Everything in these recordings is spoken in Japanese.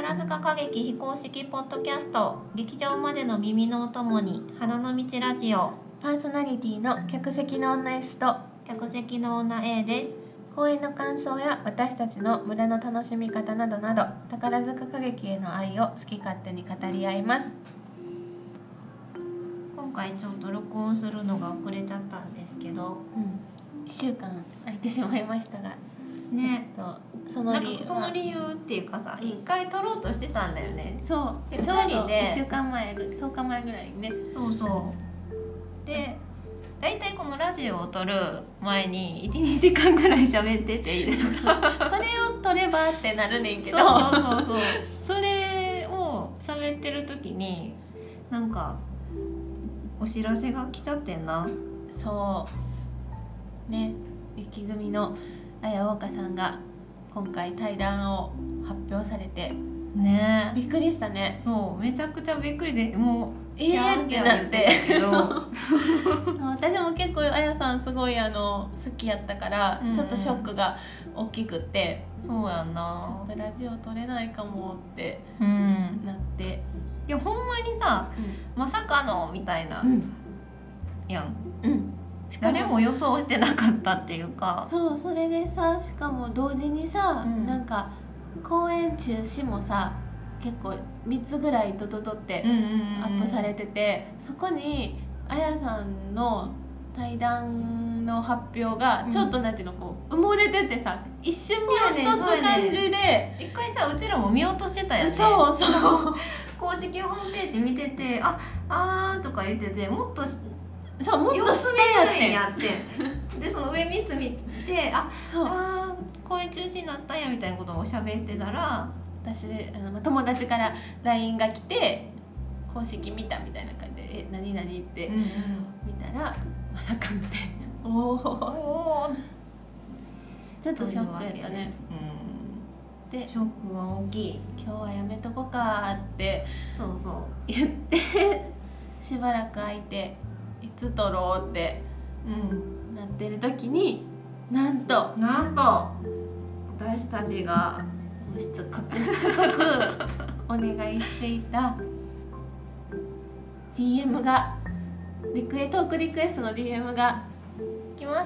宝塚歌劇非公式ポッドキャスト劇場までの耳のお供に花の道ラジオパーソナリティの客席の女 S と客席の女 A です。 公演の感想や私たちの村の楽しみ方などなど宝塚歌劇への愛を好き勝手に語り合います。 今回ちょっと録音するのが遅れちゃったんですけど、 1週間空いてしまいましたがね、 その理由っていうかさ、 うん一回撮ろうとしてたんだよね。 そうでちょうど二人で 1週間前10日前ぐらいにね。 そうそうで、だいたいこのラジオを撮る前に 1,2 時間ぐらい喋ってているそれを撮ればってなるねんけど、 そうそれを喋ってる時になんかお知らせが来ちゃってんな。 そうね、雪組の綾岡さんが今回対談を発表されてねびっくりしたね。 そうめちゃくちゃびっくりで、もうってなってそう私も結構あやさんすごい好きやったから、ちょっとショックが大きくって、 そうやんな、 ちょっとラジオ撮れないかもってなって、 いやほんまにさ、まさかのみたいな、やん、誰も予想してなかったっていうか、 そうそれでさ、しかも同時にさ、なんか公演中止もさ結構3つぐらいとってアップされてて、そこにあやさんの対談の発表がちょっとなんていうの、こう埋もれててさ、一瞬見落とす感じで、 一回さうちらも見落としてたよね。 そう公式ホームページ見てて、あーとか言ってて、もっとそうもっとしてやってでその上3つ見て、 そう公演中止になったんやみたいなことを喋ってたら、 私友達から LINE が来て公式見たみたいな感じで何々って見たら、まさかっておーちょっとショックやったね。でショックは大きい。 今日はやめとこかってそう言ってしばらく空いていつ撮ろうってなってる時に、なんと私たちがしつこくお願いしていた DM がトークリクエストの DM が来ました。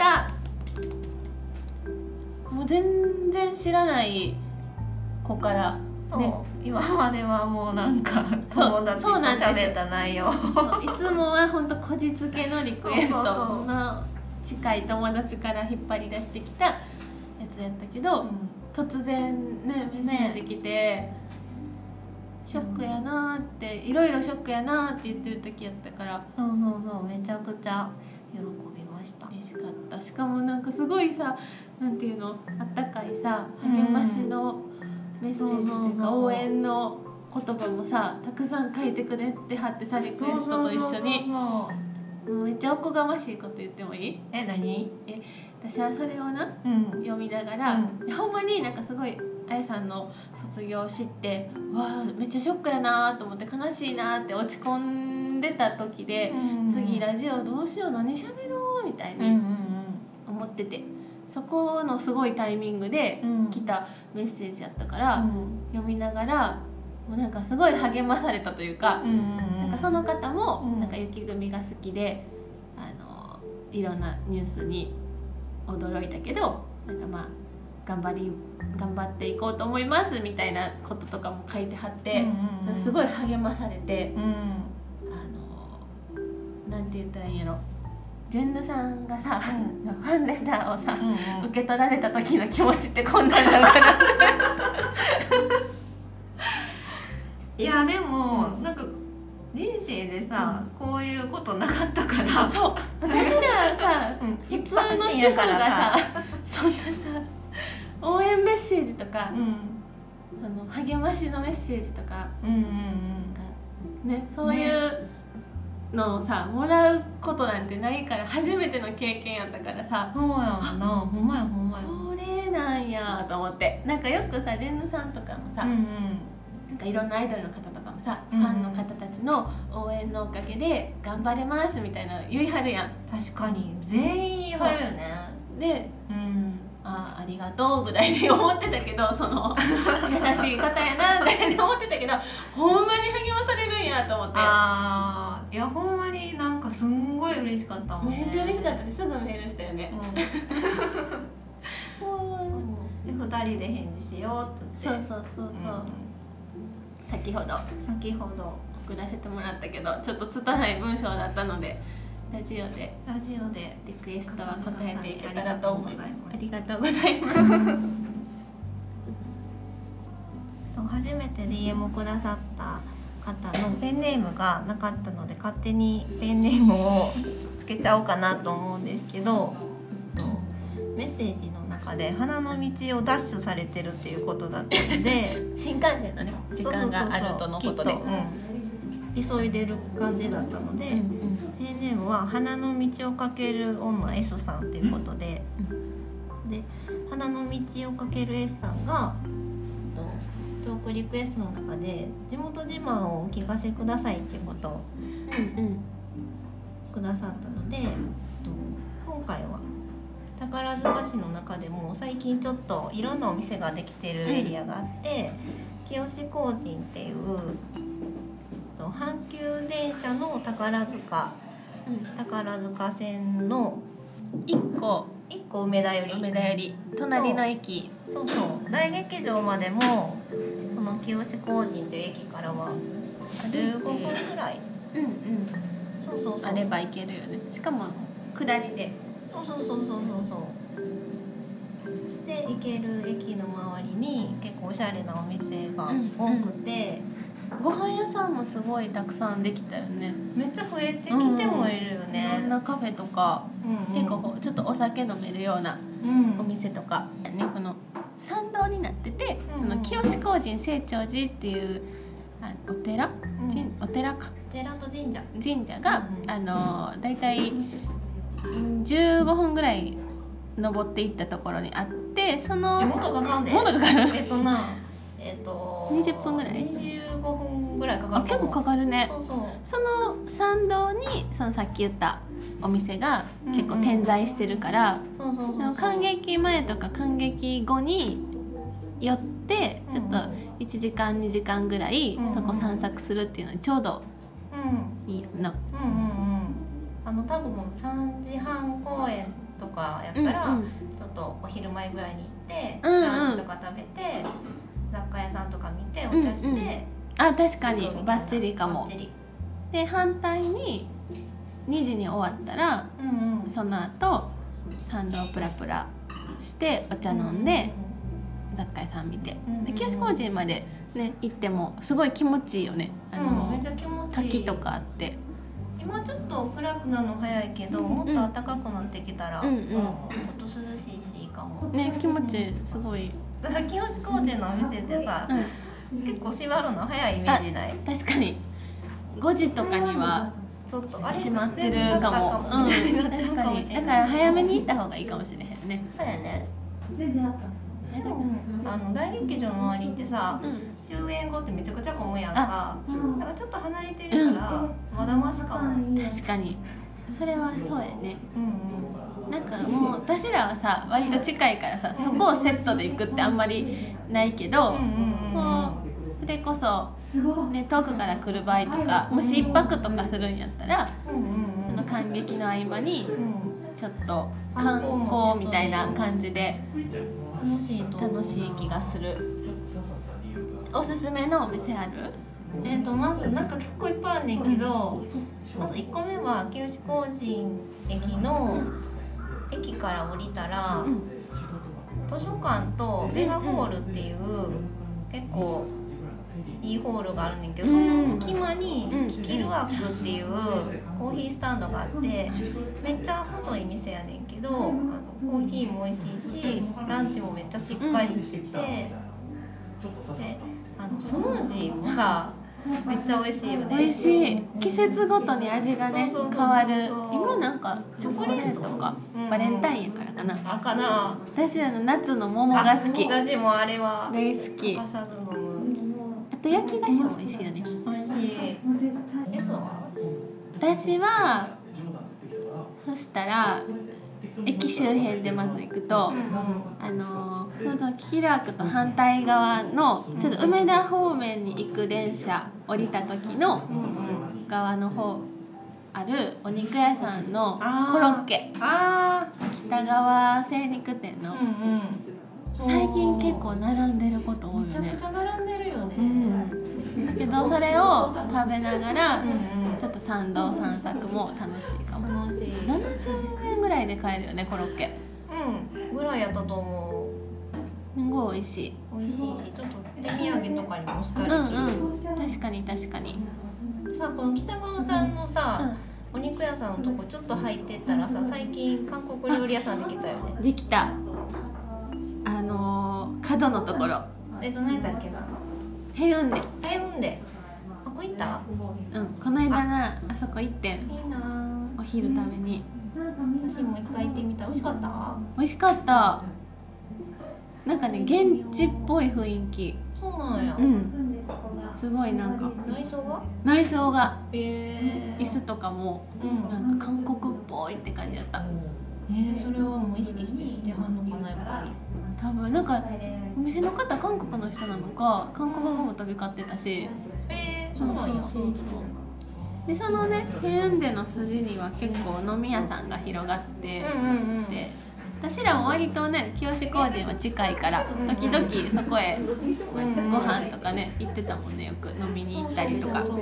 もう全然知らない子からそう、 ね、 今まではもうなんか友達と喋った内容、 いつもは本当こじつけのリクエストの近い友達から引っ張り出してきたやつやったけど、突然ねメッセージ来て、ショックやなーって、いろいろショックやなーって言ってる時やったから、 そうめちゃくちゃ喜びました。 嬉しかった。しかもなんかすごいさ、なんていうの、あったかいさ、励ましのメッセージというか応援の言葉もさ、たくさん書いてくれてはってさ、リクエストと一緒に。もうめっちゃおこがましいこと言ってもいい？ 何？ 私はそれをな、読みながら、ほんまになんかすごいあやさんの卒業を知って、わあめっちゃショックやなと思って、悲しいなって落ち込んでた時で、次ラジオどうしよう、何しゃべろうみたいに思ってて、そこのすごいタイミングで来たメッセージやったから、読みながらもうなんかすごい励まされたというか、なんかその方もなんか雪組が好きで、いろんなニュースに驚いたけど、なんかまあ頑張っていこうと思いますみたいなこととかも書いてはって、すごい励まされて、なんて言ったらいいんやろ、ジェンヌさんがさ、ファンレターをさ、受け取られた時の気持ちってこんなんだからいやでも、なんか人生でさ、こういうことなかったから、 そう私らさ、普通の主婦がさ、そんなさ応援メッセージとか、励ましのメッセージとか、ね、そういうのをさもらうことなんてないから、初めての経験やったからさ、 そうやんな、ほんまやこれなんやと思って、なんかよくさジェンヌさんとかもさ、なんかいろんなアイドルの方とかもさ、ファンの方たちの応援のおかげで頑張れますみたいな言いはるやん。 確かに全員言いはるよね。 で、 ありがとうぐらいに思ってたけど、その優しい方やなぐらいに思ってたけど、ほんまに励まされるんやと思って。 いやほんまになんかすんごい嬉しかったもんね。 めっちゃ嬉しかったね。すぐメールしたよね。 で2人で返事しようって言って。そう先ほど送らせてもらったけど、ちょっと拙い文章だったのでラジオでリクエストは答えていけたらと思います。ありがとうございます。 初めて DM くださった方のペンネームがなかったので、勝手にペンネームをつけちゃおうかなと思うんですけど、メッセージの中で花の道をダッシュされてるっていうことだったので新幹線のね時間があるとのことで急いでる感じだったので、ペンネームは花の道をかける女 S さんっていうことで、で花の道をかける S さんがトークリクエストの中で地元自慢をお聞かせくださいっていうことをくださったので、今回は宝塚市の中でも最近ちょっといろんなお店ができてるエリアがあって、清志工人っていう阪急電車の宝塚線の 1個梅田より隣の駅、 大劇場までもこの清志工人という駅からは15分ぐらいあれば行けるよね。しかも下りでそして行ける駅の周りに結構おしゃれなお店が多くて、 ご飯屋さんもすごいたくさんできたよね。 めっちゃ増えてきてもいるよね。 いろんなカフェとか、結構ちょっとお酒飲めるようなお店とか、この参道になってて、その清志工人清張寺っていうお寺と神社がだいたい15分ぐらい登っていったところにあって、そのもっとかかる 20分ぐらい 25分ぐらいかかる。 結構かかるね。その参道にそのさっき言ったお店が結構点在してるから、観劇前とか観劇後に寄ってちょっと1時間2時間ぐらいそこ散策するっていうのにちょうどいいな。 多分3時半公演とかやったら、ちょっとお昼前ぐらいに行って、ランチとか食べて雑貨屋さんとか見てお茶して、 確かにバッチリかも。で反対に2時に終わったら、その後参道プラプラしてお茶飲んで、雑貨屋さん見て、で清志工人までね行ってもすごい気持ちいいよね。 めっちゃ気持ちいい。 滝とかあって。 今ちょっと暗くなるの早いけど、もっと暖かくなってきたら、ちょっと涼しいしいいかもね。気持ちいい、すごい。 清志工人のお店ってさ、結構閉まるの早いイメージない？ 確かに5時とかにはちょっと閉まってるかも。確かに。だから早めに行った方がいいかもしれへんね。 そうやね。大劇場の周りってさ、終演後ってめちゃくちゃ混むやんか。だからちょっと離れてるからまだマシかも。 確かにそれはそうやね。なんかもう私らはさ割と近いからさ、そこをセットで行くってあんまりないけど、もうそれこそね、遠くから来る場合とか、もし1泊とかするんやったら、その観劇の合間にちょっと観光みたいな感じで楽しい気がする。おすすめのお店ある？ まずなんか結構いっぱいあるねんけど、まず1個目は清志工人駅の駅から降りたら、図書館とベガホールっていう結構いいホールがあるねんけど、その隙間にキキルワークっていうコーヒースタンドがあって、めっちゃ細い店やねんけど、コーヒーも美味しいしランチもめっちゃしっかりしてて、でスムージーもさめっちゃ美味しいよね。 美味しい。季節ごとに味がね変わる。今なんかチョコレートかバレンタインやからかな。 かな。 私夏の桃が好き。 私もあれは大好き。 欠かさず飲む。 あと焼き菓子も美味しいよね。 美味しい。 私はそしたら駅周辺でまず行くと、そのキキラークと反対側のちょっと梅田方面に行く電車降りた時の側の方あるお肉屋さんのコロッケ、北川精肉店の、最近結構並んでること多いよね。 めちゃくちゃ並んでるよね。 だけどそれを食べながらちょっと参道散策も楽しいかも。 楽しい。 70円ぐらいで買えるよね、コロッケ。 ぐらいやったと思う。すごい美味しい。 美味しいし、ちょっと手土産とかにもしたりする。 確かに確かに。 さあ、この北川さんのさ、お肉屋さんのとこちょっと入ってったらさ、最近韓国料理屋さんできたよね。 できた。角のところ。 何やったっけな。 ヘウンデ。 ヘウンデ。あ、ここ行った？ この間な、あそこ行ってん。 いいな。 お昼食べに。 私も一回行ってみた。美味しかった？ 美味しかった。なんかね、現地っぽい雰囲気。 そうなんや。 すごいなんか。 内装が。 椅子とかもなんか韓国っぽいって感じだった。 それはもう意識してはんのかな、やっぱり。 多分なんかお店の方韓国の人なのか、韓国語も飛び交ってたし。 そうなんや。 でそのね、ヘウンデの筋には結構飲み屋さんが広がってて、私らも割とね、清志工人は近いから時々そこへご飯とかね行ってたもんね。よく飲みに行ったりとか。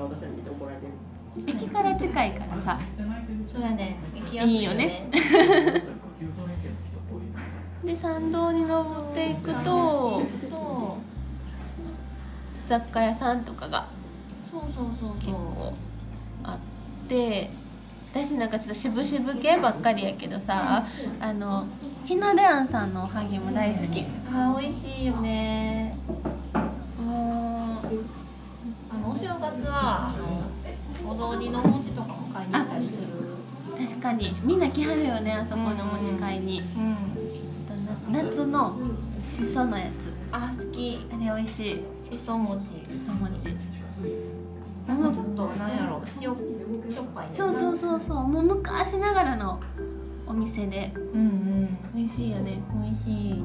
駅から近いからさ。 そうやね。行きやすいよね。 で参道に登っていくと雑貨屋さんとかが結構あって、私なんかちょっと渋々系ばっかりやけどさ、日の出庵さんのおはぎも大好き。 美味しいよね。お正月はお雑煮の餅とかも買いに行ったりする。 確かにみんな来はるよね、あそこの餅買いに。夏のしそのやつ。 好き。 あれ美味しい。 しそ餅。なんかちょっとなんやろ、塩しょっぱいね。 そうもう昔ながらのお店で美味しいよね。 美味しい。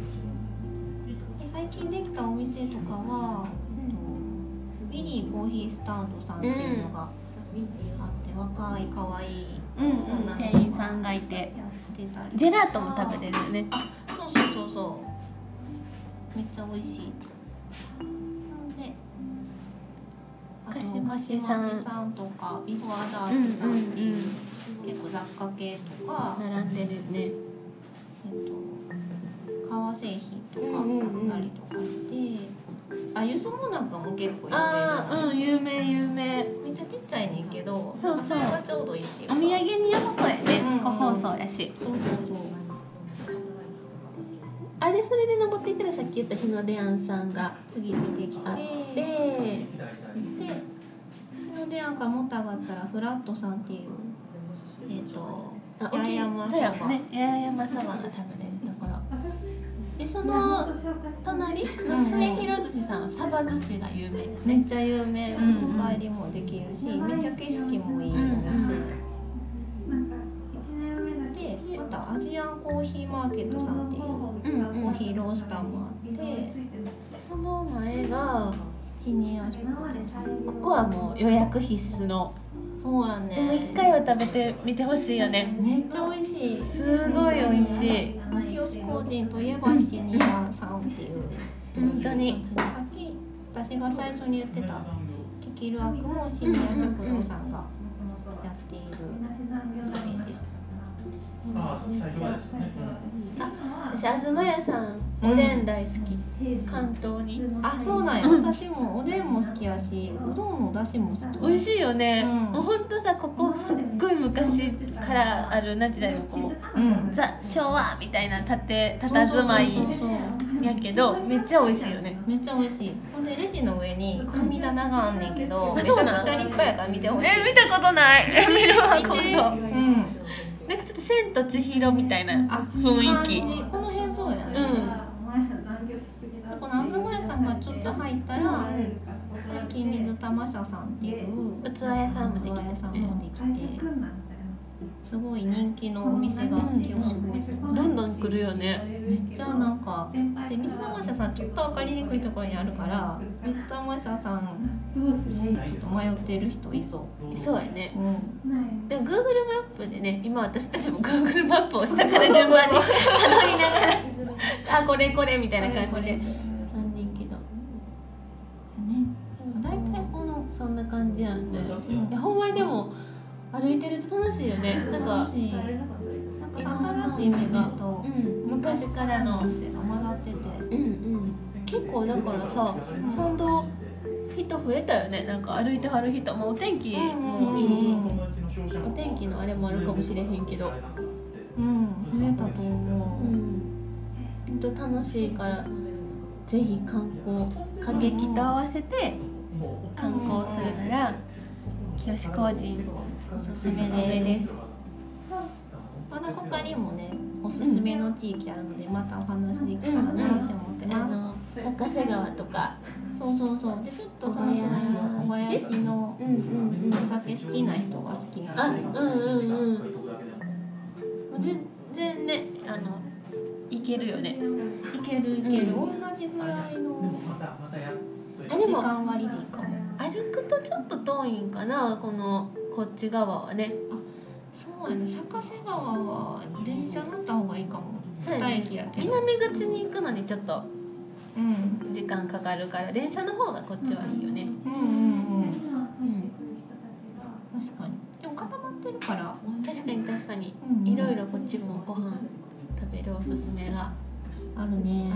最近できたお店とかはウィリーコーヒースタンドさんっていうのがあって、若い可愛い店員さんがいてやってたり。 ジェラートも食べれるよね。 めっちゃ美味しい。で、あとカシマシさんとかビフォーダークさんっていう結構雑貨系とか並んでるよね。 革製品とかあったりとかして、ユスモナカも結構有名じゃない？ 有名。 めっちゃちっちゃいねんけど、 それがちょうどいいっていうか。 お土産に良さそうやね。個包装やし。あれ、それで登っていったらさっき言った日の出庵さんが次出てきて、で日の出庵からもっと上がったらフラットさんっていう八重山そば、 八重山そばが食べれるところで、その隣の末広寿司さんはサバ寿司が有名。 めっちゃ有名。持ち帰りもできるし、めっちゃ景色もいいお店。またアジアンコーヒーマーケットさんっていうコーヒーロースターもあって、 その前が七人足食堂さん。 ここはもう予約必須の。 そうやね。 でも一回は食べてみてほしいよね。 めっちゃ美味しい。 すごい美味しい。 清志工人といえば七人さんっていう。 本当に。 さっき私が最初に言ってたキキルアクもシニア食堂さんがやっている店です。 私東屋さんおでん大好き。関東に。 そうなんや。私もおでんも好きやし、うどんの出汁も好き。 美味しいよね。もう本当さ、ここすっごい昔からある時代のこうザ昭和みたいな佇まいやけど、めっちゃ美味しいよね。 めっちゃ美味しい。ほんでレジの上に神棚があんねんけど、めちゃくちゃ立派やから見てほしい。 見たことない。見るわ今度。なんかちょっと千と千尋みたいな雰囲気。 この辺そうやね。この東屋さんがちょっと入ったら、最近水玉社さんっていう器屋さんもできて、 すごい人気のお店が清志工事、 どんどん来るよね。 めっちゃなんかで水玉社さんちょっと分かりにくいところにあるから水玉社さんちょっと迷ってる人いそう。 そうやね。でも Google マップでね、今私たちも Google マップを下から順番にたどりながらあこれこれみたいな感じで何人気だ。 大体このそんな感じやんね。いやほんまにでも歩いてると楽しいよね。なんか新しい店と、 昔からの店が混ざってて、 結構だからさ、参道人増えたよね。なんか歩いてはる人、お天気もいい、お天気のあれもあるかもしれへんけど、 増えたと思う。 ほんと楽しいからぜひ観光歌劇と合わせて観光するなら清志工事おすすめです。まだ他にもねおすすめの地域あるのでまたお話できたらなって思ってます。 坂瀬川とか。 そうでちょっとその隣の小林のお酒好きな人は好きなんですよ。 全然ねいけるよね。 いける同じぐらいの時間割でいいかも。 歩くとちょっと遠いんかな、こっち側はね。 そうやね、坂瀬川は電車乗った方がいいかも。2駅やけど南口に行くのにちょっと時間かかるから電車の方がこっちはいいよね。 確かに。でも固まってるから確かにいろいろこっちもご飯食べるおすすめがあるね。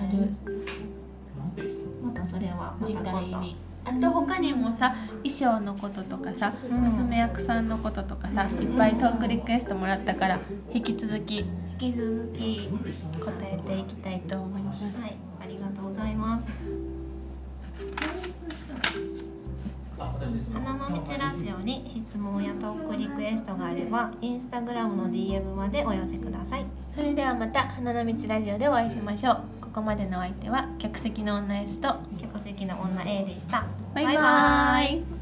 またそれは次回に。あと他にもさ、衣装のこととかさ、娘役さんのこととかさ、いっぱいトークリクエストもらったから引き続き答えていきたいと思います。 はい、ありがとうございます。花の道ラジオに質問やトークリクエストがあればインスタグラムの DM までお寄せください。 それではまた花の道ラジオでお会いしましょう。ここまでのお相手は客席の女 S と客席の女 A でした。 バイバーイ。